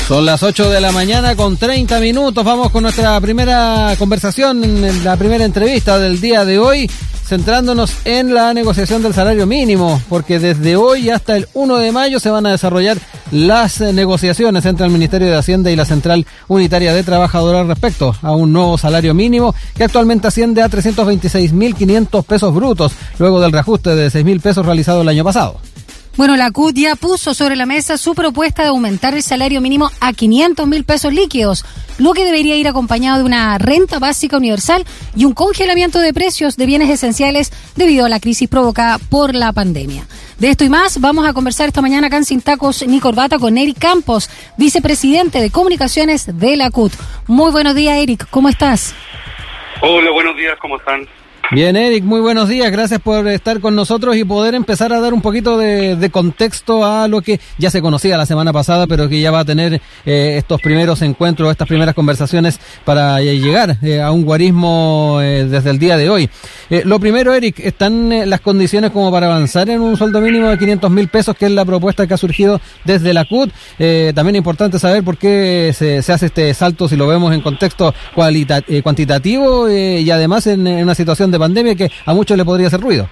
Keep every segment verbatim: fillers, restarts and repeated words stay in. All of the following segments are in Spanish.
Son las ocho de la mañana con treinta minutos. Vamos con nuestra primera conversación, la primera entrevista del día de hoy, centrándonos en la negociación del salario mínimo, porque desde hoy hasta el uno de mayo se van a desarrollar las negociaciones entre el Ministerio de Hacienda y la Central Unitaria de Trabajadores respecto a un nuevo salario mínimo que actualmente asciende a trescientos veintiséis mil quinientos pesos brutos, luego del reajuste de seis mil pesos realizado el año pasado. Bueno, la C U T ya puso sobre la mesa su propuesta de aumentar el salario mínimo a quinientos mil pesos líquidos, lo que debería ir acompañado de una renta básica universal y un congelamiento de precios de bienes esenciales debido a la crisis provocada por la pandemia. De esto y más vamos a conversar esta mañana acá en Sin Tacos ni Corbata con Eric Campos, vicepresidente de comunicaciones de la C U T. Muy buenos días, Eric, ¿cómo estás? Hola, buenos días, ¿cómo están? Bien, Eric, muy buenos días, gracias por estar con nosotros y poder empezar a dar un poquito de, de contexto a lo que ya se conocía la semana pasada, pero que ya va a tener eh, estos primeros encuentros, estas primeras conversaciones para llegar eh, a un guarismo eh, desde el día de hoy. Eh, lo primero, Eric, ¿están eh, las condiciones como para avanzar en un sueldo mínimo de quinientos mil pesos, que es la propuesta que ha surgido desde la C U T? Eh, también es importante saber por qué se, se hace este salto, si lo vemos en contexto cualita, eh, cuantitativo eh, y además en, en una situación de pandemia que a muchos le podría hacer ruido.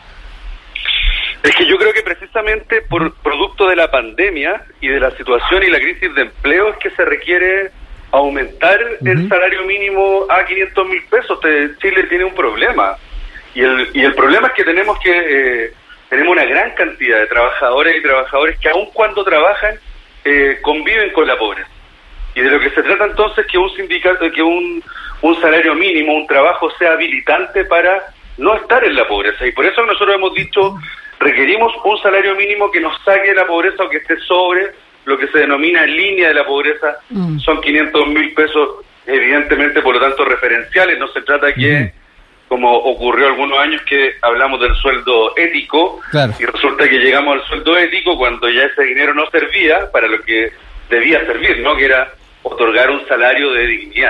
Es que yo creo que precisamente por producto de la pandemia y de la situación y la crisis de empleo es que se requiere aumentar uh-huh. el salario mínimo a quinientos mil pesos. Chile tiene un problema y el y el problema es que tenemos que eh, tenemos una gran cantidad de trabajadores y trabajadores que aun cuando trabajan eh, conviven con la pobreza. Y de lo que se trata entonces es que un sindicato, que un un salario mínimo, un trabajo sea habilitante para no estar en la pobreza. Y por eso nosotros hemos dicho, requerimos un salario mínimo que nos saque de la pobreza o que esté sobre lo que se denomina en línea de la pobreza. Mm. Son quinientos mil pesos, evidentemente, por lo tanto, referenciales. No se trata que, mm. como ocurrió algunos años, que hablamos del sueldo ético, claro. Y resulta que llegamos al sueldo ético cuando ya ese dinero no servía para lo que debía servir, ¿no? Que era otorgar un salario de dignidad.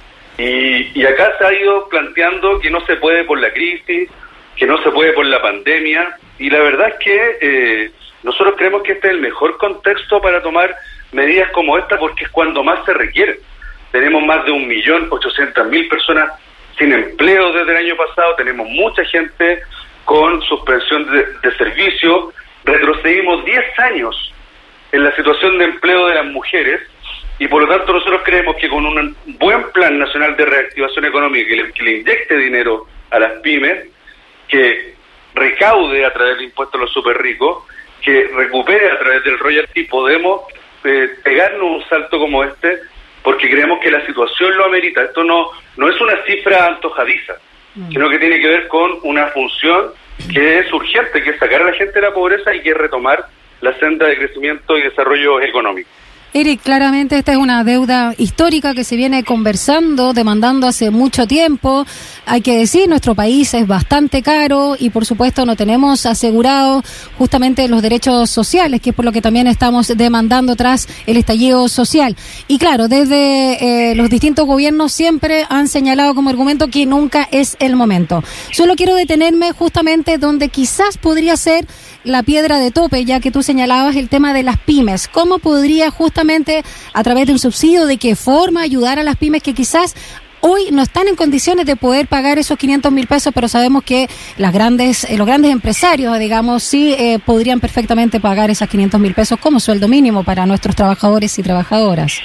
Y, y acá se ha ido planteando que no se puede por la crisis, que no se puede por la pandemia, y la verdad es que eh, nosotros creemos que este es el mejor contexto para tomar medidas como esta, porque es cuando más se requiere. Tenemos más de un millón ochocientas mil personas sin empleo desde el año pasado, tenemos mucha gente con suspensión de, de servicio, retrocedimos diez años en la situación de empleo de las mujeres. Y por lo tanto nosotros creemos que con un buen plan nacional de reactivación económica que le, que le inyecte dinero a las pymes, que recaude a través del impuesto a los super ricos, que recupere a través del royalty, podemos eh, pegarnos un salto como este, porque creemos que la situación lo amerita. Esto no, no es una cifra antojadiza, mm. sino que tiene que ver con una función que es urgente, que es sacar a la gente de la pobreza y que es retomar la senda de crecimiento y desarrollo económico. Eric, claramente esta es una deuda histórica que se viene conversando, demandando hace mucho tiempo. Hay que decir, nuestro país es bastante caro y por supuesto no tenemos asegurado justamente los derechos sociales, que es por lo que también estamos demandando tras el estallido social. Y claro, desde eh, los distintos gobiernos siempre han señalado como argumento que nunca es el momento. Solo quiero detenerme justamente donde quizás podría ser la piedra de tope, ya que tú señalabas el tema de las pymes. ¿Cómo podría justamente a través de un subsidio, de qué forma ayudar a las pymes que quizás hoy no están en condiciones de poder pagar esos quinientos mil pesos, pero sabemos que las grandes, eh, los grandes empresarios, digamos, sí eh, podrían perfectamente pagar esos quinientos mil pesos como sueldo mínimo para nuestros trabajadores y trabajadoras?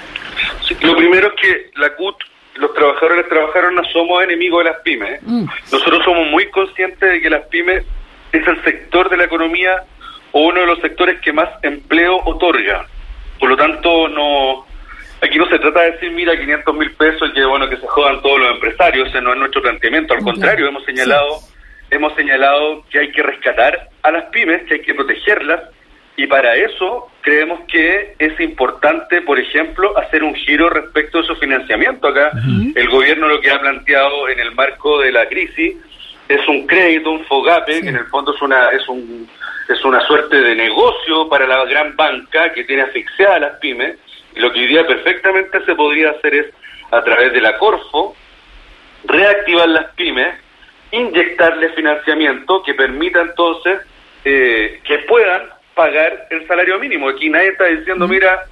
Sí, lo primero es que la C U T, los trabajadores y las trabajadoras no somos enemigos de las pymes. ¿eh? Mm. Nosotros somos muy conscientes de que las pymes es el sector de la economía o uno de los sectores que más empleo otorga. Por lo tanto, no aquí no se trata de decir, mira, quinientos mil pesos y que bueno que se jodan todos los empresarios. Ese no es nuestro planteamiento. Al contrario, hemos señalado sí. hemos señalado que hay que rescatar a las pymes, que hay que protegerlas, y para eso creemos que es importante, por ejemplo, hacer un giro respecto de su financiamiento. Acá uh-huh. el gobierno lo que ha planteado en el marco de la crisis es un crédito, un FOGAPE, sí. que en el fondo es una es un es una suerte de negocio para la gran banca que tiene asfixiada a las pymes, y lo que hoy día perfectamente se podría hacer es, a través de la Corfo, reactivar las pymes, inyectarles financiamiento que permita entonces eh, que puedan pagar el salario mínimo. Aquí nadie está diciendo, mira,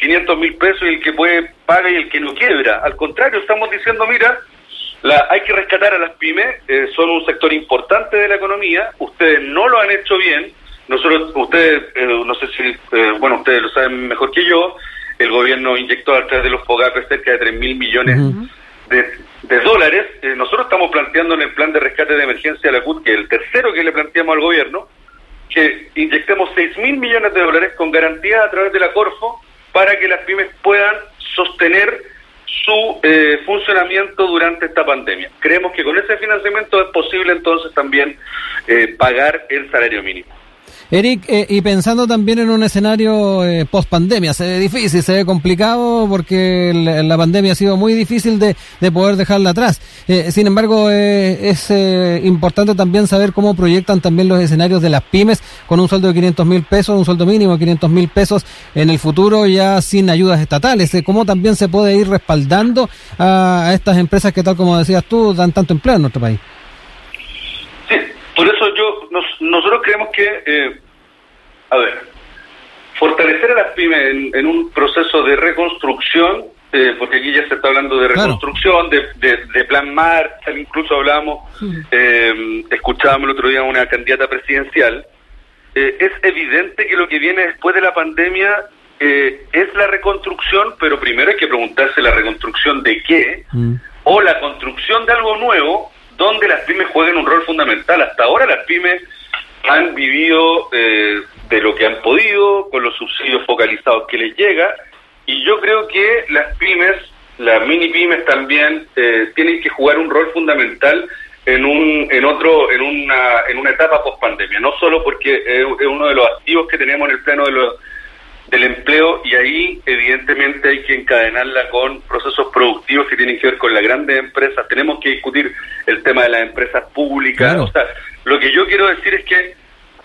quinientos mil pesos y el que puede paga y el que no quiebra. Al contrario, estamos diciendo, mira, la, hay que rescatar a las pymes, eh, son un sector importante de la economía, ustedes no lo han hecho bien, nosotros, ustedes, eh, no sé si, eh, bueno, ustedes lo saben mejor que yo, el gobierno inyectó a través de los FOGAPE cerca de tres mil millones uh-huh. de, de dólares. Eh, nosotros estamos planteando en el plan de rescate de emergencia de la C U T, que es el tercero que le planteamos al gobierno, que inyectemos seis mil millones de dólares con garantía a través de la Corfo para que las pymes puedan sostener su eh, funcionamiento durante esta pandemia. Creemos que con ese financiamiento es posible entonces también eh, pagar el salario mínimo. Eric, eh, y pensando también en un escenario eh, post-pandemia, se ve difícil, se ve complicado porque la, la pandemia ha sido muy difícil de, de poder dejarla atrás. Eh, sin embargo, eh, es eh, importante también saber cómo proyectan también los escenarios de las pymes con un sueldo de quinientos mil pesos, un sueldo mínimo de quinientos mil pesos en el futuro ya sin ayudas estatales. Eh, cómo también se puede ir respaldando a, a estas empresas que, tal como decías tú, dan tanto empleo en nuestro país. Sí, por eso yo nos, nosotros creemos que, eh, a ver, fortalecer a las pymes en, en un proceso de reconstrucción, eh, porque aquí ya se está hablando de reconstrucción, claro. de, de, de plan Marshall, incluso hablamos, sí. eh, escuchábamos el otro día a una candidata presidencial, eh, es evidente que lo que viene después de la pandemia eh, es la reconstrucción, pero primero hay que preguntarse la reconstrucción de qué, mm. o la construcción de algo nuevo, donde las pymes jueguen un rol fundamental. Hasta ahora las pymes han vivido eh, de lo que han podido, con los subsidios focalizados que les llega, y yo creo que las pymes, las mini pymes también, eh, tienen que jugar un rol fundamental en un en otro en una en una etapa post pandemia, no solo porque es, es uno de los activos que tenemos en el plano de los del empleo, y ahí evidentemente hay que encadenarla con procesos productivos que tienen que ver con las grandes empresas. Tenemos que discutir el tema de las empresas públicas. Claro. O sea, lo que yo quiero decir es que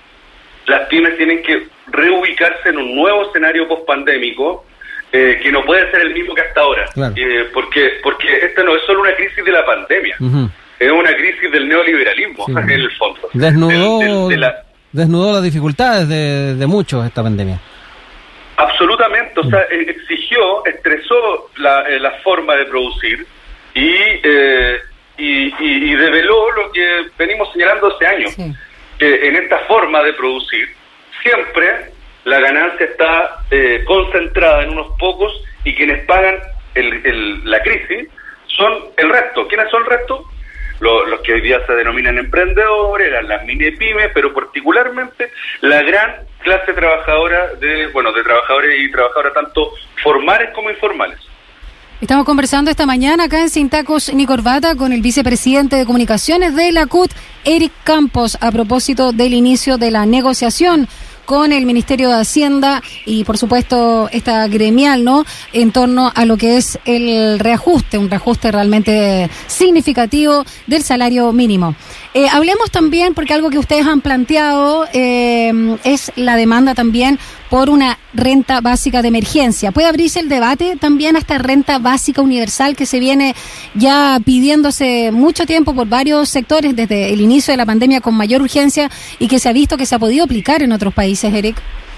las pymes tienen que reubicarse en un nuevo escenario post-pandémico eh, que no puede ser el mismo que hasta ahora. Claro. Eh, porque porque esta no es solo una crisis de la pandemia, uh-huh. es una crisis del neoliberalismo, sí. en el fondo. Desnudó, del, del, de la... desnudó las dificultades de, de muchos esta pandemia. Absolutamente, o sea, exigió, estresó la, eh, la forma de producir y, eh, y, y, y develó lo que venimos señalando hace años, sí. que en esta forma de producir siempre la ganancia está eh, concentrada en unos pocos y quienes pagan el, el, la crisis son el resto. ¿Quiénes son el resto? Los, los que hoy día se denominan emprendedores, las mini pymes, pero particularmente la gran clase trabajadora de, bueno, de trabajadores y trabajadoras tanto formales como informales. Estamos conversando esta mañana acá en Sin Tacos ni Corbata con el vicepresidente de comunicaciones de la C U T, Eric Campos, a propósito del inicio de la negociación con el Ministerio de Hacienda y, por supuesto, esta gremial, ¿no?, en torno a lo que es el reajuste, un reajuste realmente significativo del salario mínimo. Eh, hablemos también, porque algo que ustedes han planteado eh, es la demanda también por una renta básica de emergencia. ¿Puede abrirse el debate también a esta renta básica universal que se viene ya pidiéndose mucho tiempo por varios sectores desde el inicio de la pandemia con mayor urgencia y que se ha visto que se ha podido aplicar en otros países, Eric?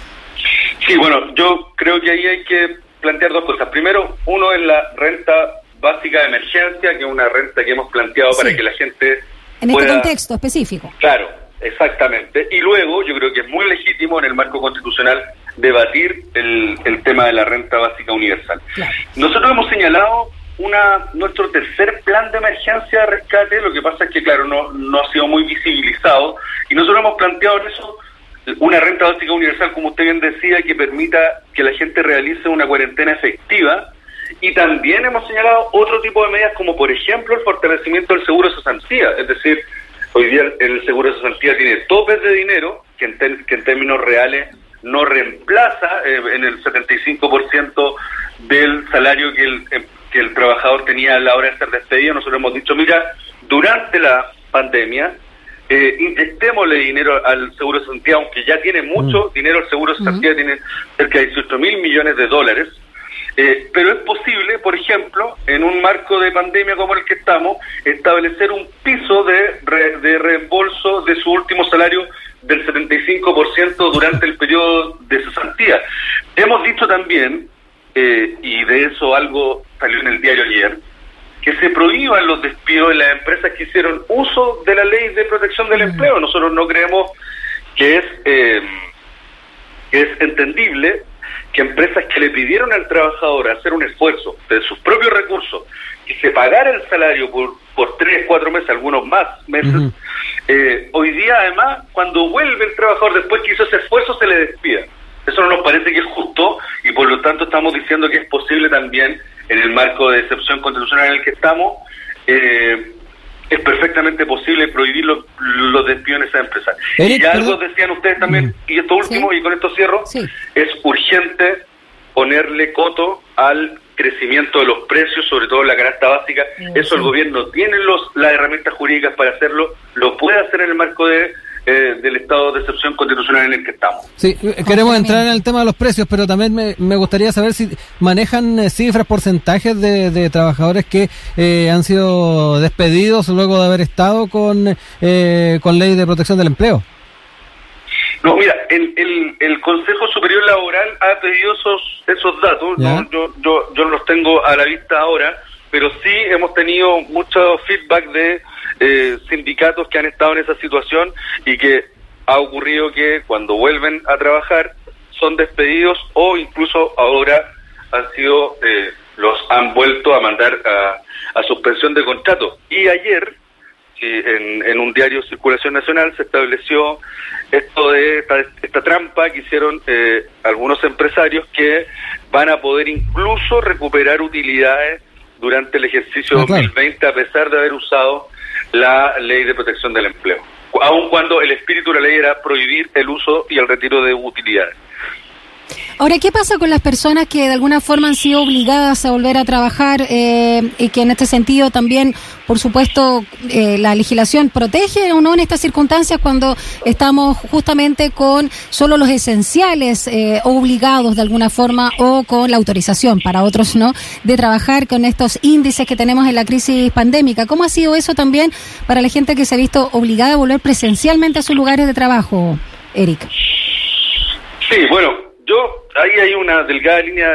Sí, bueno, yo creo que ahí hay que plantear dos cosas. Primero, uno es la renta básica de emergencia, que es una renta que hemos planteado sí. para que la gente en pueda... este contexto específico. Claro, exactamente. Y luego, yo creo que es muy legítimo en el marco constitucional debatir el, el tema de la renta básica universal. Claro. Nosotros hemos señalado una nuestro tercer plan de emergencia de rescate, lo que pasa es que, claro, no, no ha sido muy visibilizado, y nosotros hemos planteado en eso una renta básica universal, como usted bien decía, que permita que la gente realice una cuarentena efectiva, y también hemos señalado otro tipo de medidas, como por ejemplo el fortalecimiento del seguro de cesantía, es decir, hoy día el seguro de cesantía tiene topes de dinero que en, te, que en términos reales no reemplaza eh, en el setenta y cinco por ciento del salario que el, eh, que el trabajador tenía a la hora de ser despedido. Nosotros hemos dicho, mira, durante la pandemia, eh, inyectémosle dinero al seguro de cesantía, aunque ya tiene mucho mm. dinero, el seguro de cesantía mm. tiene cerca de dieciocho mil millones de dólares, eh, pero es posible, por ejemplo, en un marco de pandemia como el que estamos, establecer un piso de, re, de reembolso de su último salario del setenta y cinco por ciento durante el periodo de cesantía. Hemos dicho también eh, y de eso algo salió en el diario ayer, que se prohíban los despidos en las empresas que hicieron uso de la ley de protección del empleo. Nosotros no creemos que es, eh, que es entendible que empresas que le pidieron al trabajador hacer un esfuerzo de sus propios recursos y se pagara el salario por, por tres, cuatro meses, algunos más meses, uh-huh. eh, hoy día además, cuando vuelve el trabajador después que hizo ese esfuerzo, se le despida. Eso no nos parece que es justo y por lo tanto estamos diciendo que es posible también, en el marco de excepción constitucional en el que estamos, eh, es perfectamente posible prohibir los, los despidos en esas empresas. Eric, y ya algo decían ustedes también, mm. y esto último, ¿sí? Y con esto cierro, sí. Es urgente ponerle coto al crecimiento de los precios, sobre todo en la canasta básica. Sí, Eso sí. El gobierno tiene los, las herramientas jurídicas para hacerlo, lo puede hacer en el marco de Eh, del estado de excepción constitucional en el que estamos. Sí, queremos entrar en el tema de los precios, pero también me, me gustaría saber si manejan eh, cifras, porcentajes de, de trabajadores que eh, han sido despedidos luego de haber estado con eh, con ley de protección del empleo. No, mira, el, el, el Consejo Superior Laboral ha pedido esos esos datos, no, yo, yo, yo no los tengo a la vista ahora, pero sí hemos tenido mucho feedback de eh, sindicatos que han estado en esa situación y que ha ocurrido que cuando vuelven a trabajar son despedidos o incluso ahora han sido eh, los han vuelto a mandar a, a suspensión de contrato. Y ayer eh, en, en un diario de circulación nacional se estableció esto de esta, esta trampa que hicieron eh, algunos empresarios que van a poder incluso recuperar utilidades durante el ejercicio ah, claro. dos mil veinte, a pesar de haber usado la ley de protección del empleo, aun cuando el espíritu de la ley era prohibir el uso y el retiro de utilidades. Ahora, ¿qué pasa con las personas que de alguna forma han sido obligadas a volver a trabajar eh, y que en este sentido también, por supuesto, eh, la legislación protege o no en estas circunstancias cuando estamos justamente con solo los esenciales eh, obligados de alguna forma o con la autorización para otros no de trabajar con estos índices que tenemos en la crisis pandémica? ¿Cómo ha sido eso también para la gente que se ha visto obligada a volver presencialmente a sus lugares de trabajo, Eric? Sí, bueno, yo ahí hay una delgada línea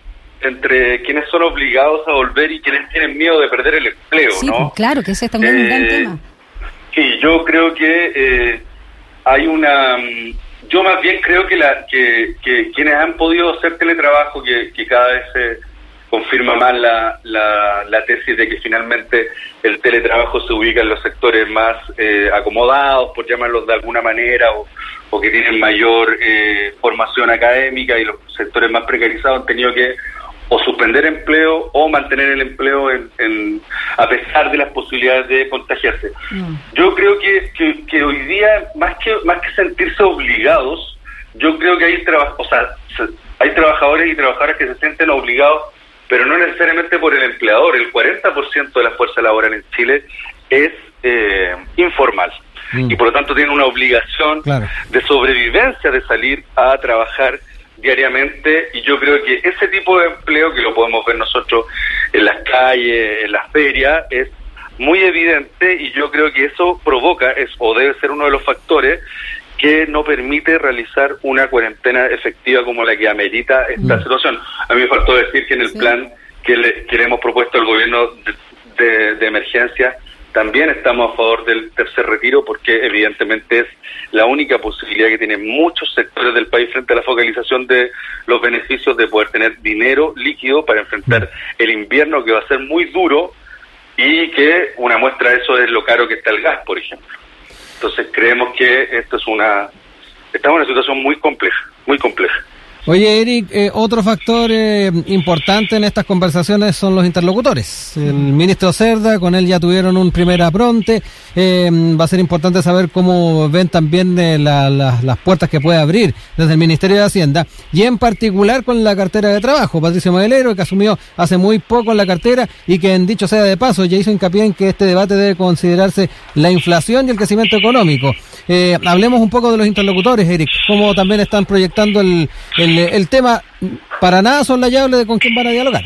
entre quienes son obligados a volver y quienes tienen miedo de perder el empleo, sí, ¿no? Pues claro, que ese es también eh, un gran tema. Sí, yo creo que eh, hay una... Yo más bien creo que la que, que quienes han podido hacer teletrabajo, que, que cada vez se confirma más la, la, la tesis de que finalmente el teletrabajo se ubica en los sectores más eh, acomodados, por llamarlos de alguna manera, o, o que tienen mayor eh, formación académica, y los sectores más precarizados han tenido que o suspender empleo o mantener el empleo en, en a pesar de las posibilidades de contagiarse. Mm. Yo creo que, que, que hoy día, más que más que sentirse obligados, yo creo que hay, traba, o sea, hay trabajadores y trabajadoras que se sienten obligados, pero no necesariamente por el empleador. El cuarenta por ciento de la fuerza laboral en Chile es eh, informal. Mm. Y por lo tanto tienen una obligación claro. de sobrevivencia de salir a trabajar diariamente, y yo creo que ese tipo de empleo, que lo podemos ver nosotros en las calles, en las ferias, es muy evidente, y yo creo que eso provoca, es o debe ser uno de los factores que no permite realizar una cuarentena efectiva como la que amerita esta mm. situación. A mí me faltó decir que en el sí. plan que le, que le hemos propuesto al gobierno de, de, de emergencia, también estamos a favor del tercer retiro, porque evidentemente es la única posibilidad que tienen muchos sectores del país frente a la focalización de los beneficios de poder tener dinero líquido para enfrentar el invierno, que va a ser muy duro, y que una muestra de eso es lo caro que está el gas, por ejemplo. Entonces creemos que esto es una estamos en una situación muy compleja, muy compleja. Oye, Eric, eh, otro factor eh, importante en estas conversaciones son los interlocutores. El ministro Cerda, con él ya tuvieron un primer apronte. Eh, va a ser importante saber cómo ven también eh, la, la, las puertas que puede abrir desde el Ministerio de Hacienda, y en particular con la cartera de trabajo. Patricio Modelero, que asumió hace muy poco en la cartera, y que, en dicho sea de paso, ya hizo hincapié en que este debate debe considerarse la inflación y el crecimiento económico. Eh, hablemos un poco de los interlocutores, Eric, cómo también están proyectando el, el el tema. Para nada soslayable de con quién van a dialogar.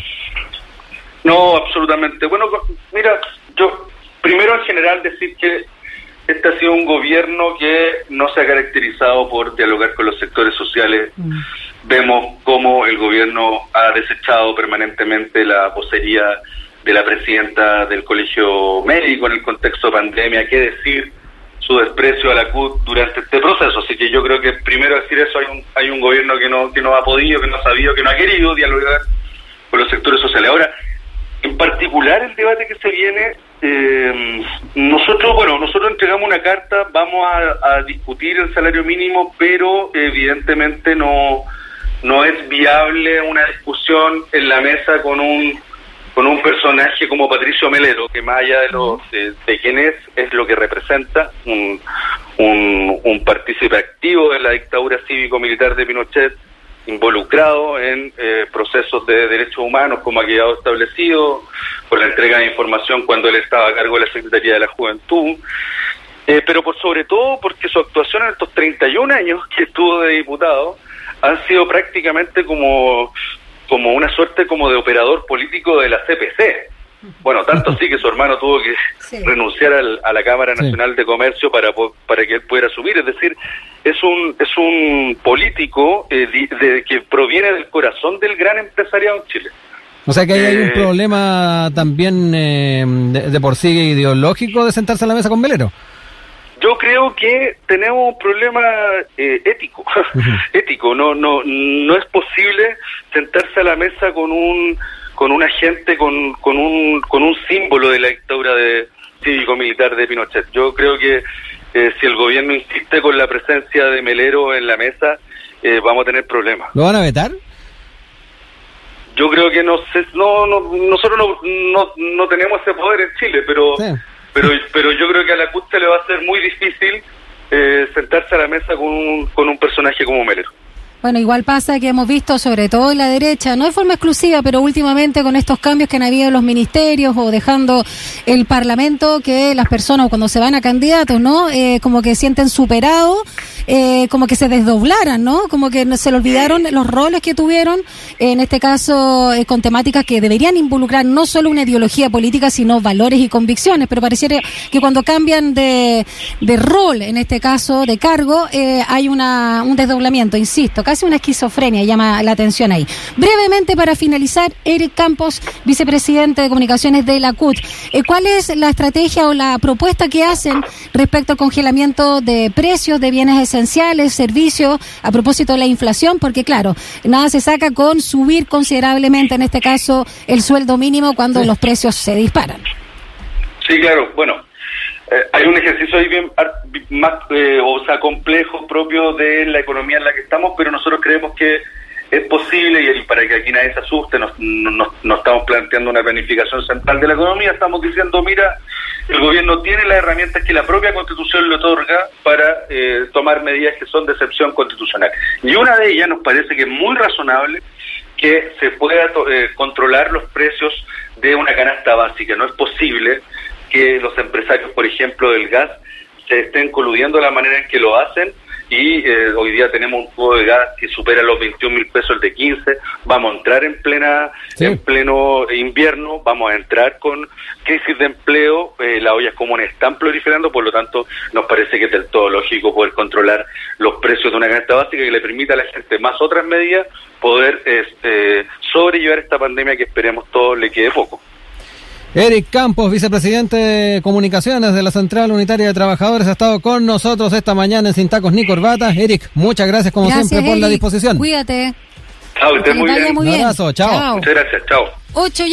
No, absolutamente. Bueno, mira, yo primero en general decir que este ha sido un gobierno que no se ha caracterizado por dialogar con los sectores sociales mm. vemos cómo el gobierno ha desechado permanentemente la vocería de la presidenta del Colegio Médico en el contexto de pandemia, qué decir su desprecio a la C U T durante este proceso. Así que yo creo que primero decir eso, hay un hay un gobierno que no que no ha podido, que no ha sabido, que no ha querido dialogar con los sectores sociales. Ahora, en particular el debate que se viene, eh, nosotros, bueno, nosotros entregamos una carta, vamos a, a discutir el salario mínimo, pero evidentemente no no es viable una discusión en la mesa con un con un personaje como Patricio Melero, que más allá de lo de, de quién es, es lo que representa, un, un, un partícipe activo de la dictadura cívico-militar de Pinochet, involucrado en eh, procesos de derechos humanos, como ha quedado establecido, por la entrega de información cuando él estaba a cargo de la Secretaría de la Juventud, eh, pero por sobre todo porque su actuación en estos treinta y un años que estuvo de diputado han sido prácticamente como... como una suerte como de operador político de la C P C. Bueno, tanto sí que su hermano tuvo que sí. renunciar al, a la Cámara Nacional sí. de Comercio para para que él pudiera subir. Es decir, es un es un político eh, de, de, que proviene del corazón del gran empresariado en Chile. O sea que ahí eh, hay un problema también eh, de, de por sí ideológico de sentarse a la mesa con Melero. Yo creo que tenemos un problema eh, ético, uh-huh. ético. No, no, no es posible sentarse a la mesa con un, con una gente, con, con un, con un símbolo de la dictadura de cívico-militar de Pinochet. Yo creo que eh, si el gobierno insiste con la presencia de Melero en la mesa, eh, vamos a tener problemas. ¿Lo van a vetar? Yo creo que no sé, no, no, nosotros no, no, no tenemos ese poder en Chile, pero. Sí. Pero pero yo creo que a la C U T le va a ser muy difícil eh, sentarse a la mesa con un, con un personaje como Melero. Bueno, igual pasa que hemos visto, sobre todo en la derecha, no de forma exclusiva, pero últimamente con estos cambios que han habido en los ministerios o dejando el Parlamento, que las personas cuando se van a candidatos, ¿no? Eh, como que sienten superado, eh, como que se desdoblaran, ¿no? Como que se le olvidaron los roles que tuvieron, en este caso eh, con temáticas que deberían involucrar no solo una ideología política, sino valores y convicciones, pero pareciera que cuando cambian de, de rol, en este caso de cargo, eh, hay una un desdoblamiento, insisto, casi una esquizofrenia, llama la atención ahí. Brevemente, para finalizar, Eric Campos, vicepresidente de comunicaciones de la C U T. Eh, ¿Cuál es la estrategia o la propuesta que hacen respecto al congelamiento de precios de bienes esenciales, servicios, a propósito de la inflación? Porque claro, nada se saca con subir considerablemente, en este caso, el sueldo mínimo cuando sí. los precios se disparan. Sí, claro, bueno. Eh, hay un ejercicio ahí bien más, eh, o sea, complejo, propio de la economía en la que estamos, pero nosotros creemos que es posible, y para que aquí nadie se asuste, no nos, nos, nos estamos planteando una planificación central de la economía, estamos diciendo, mira, el gobierno tiene las herramientas que la propia Constitución le otorga para eh, tomar medidas que son de excepción constitucional. Y una de ellas nos parece que es muy razonable que se pueda eh, controlar los precios de una canasta básica. No es posible que los empresarios, por ejemplo, del gas, se estén coludiendo de la manera en que lo hacen, y eh, hoy día tenemos un cubo de gas que supera los veintiún mil pesos, el de quince, vamos a entrar en plena sí. en pleno invierno, vamos a entrar con crisis de empleo, eh, las ollas comunes están proliferando, por lo tanto nos parece que es del todo lógico poder controlar los precios de una canasta básica que le permita a la gente, más otras medidas, poder este, sobrellevar esta pandemia que esperemos todos le quede poco. Eric Campos, vicepresidente de comunicaciones de la Central Unitaria de Trabajadores, ha estado con nosotros esta mañana en Sin Tacos ni Corbatas. Eric, muchas gracias como gracias, siempre por Eric. La disposición. Cuídate. Chao, esté muy bien. muy Un bien. abrazo, chao. chao. Muchas gracias, chao. Ocho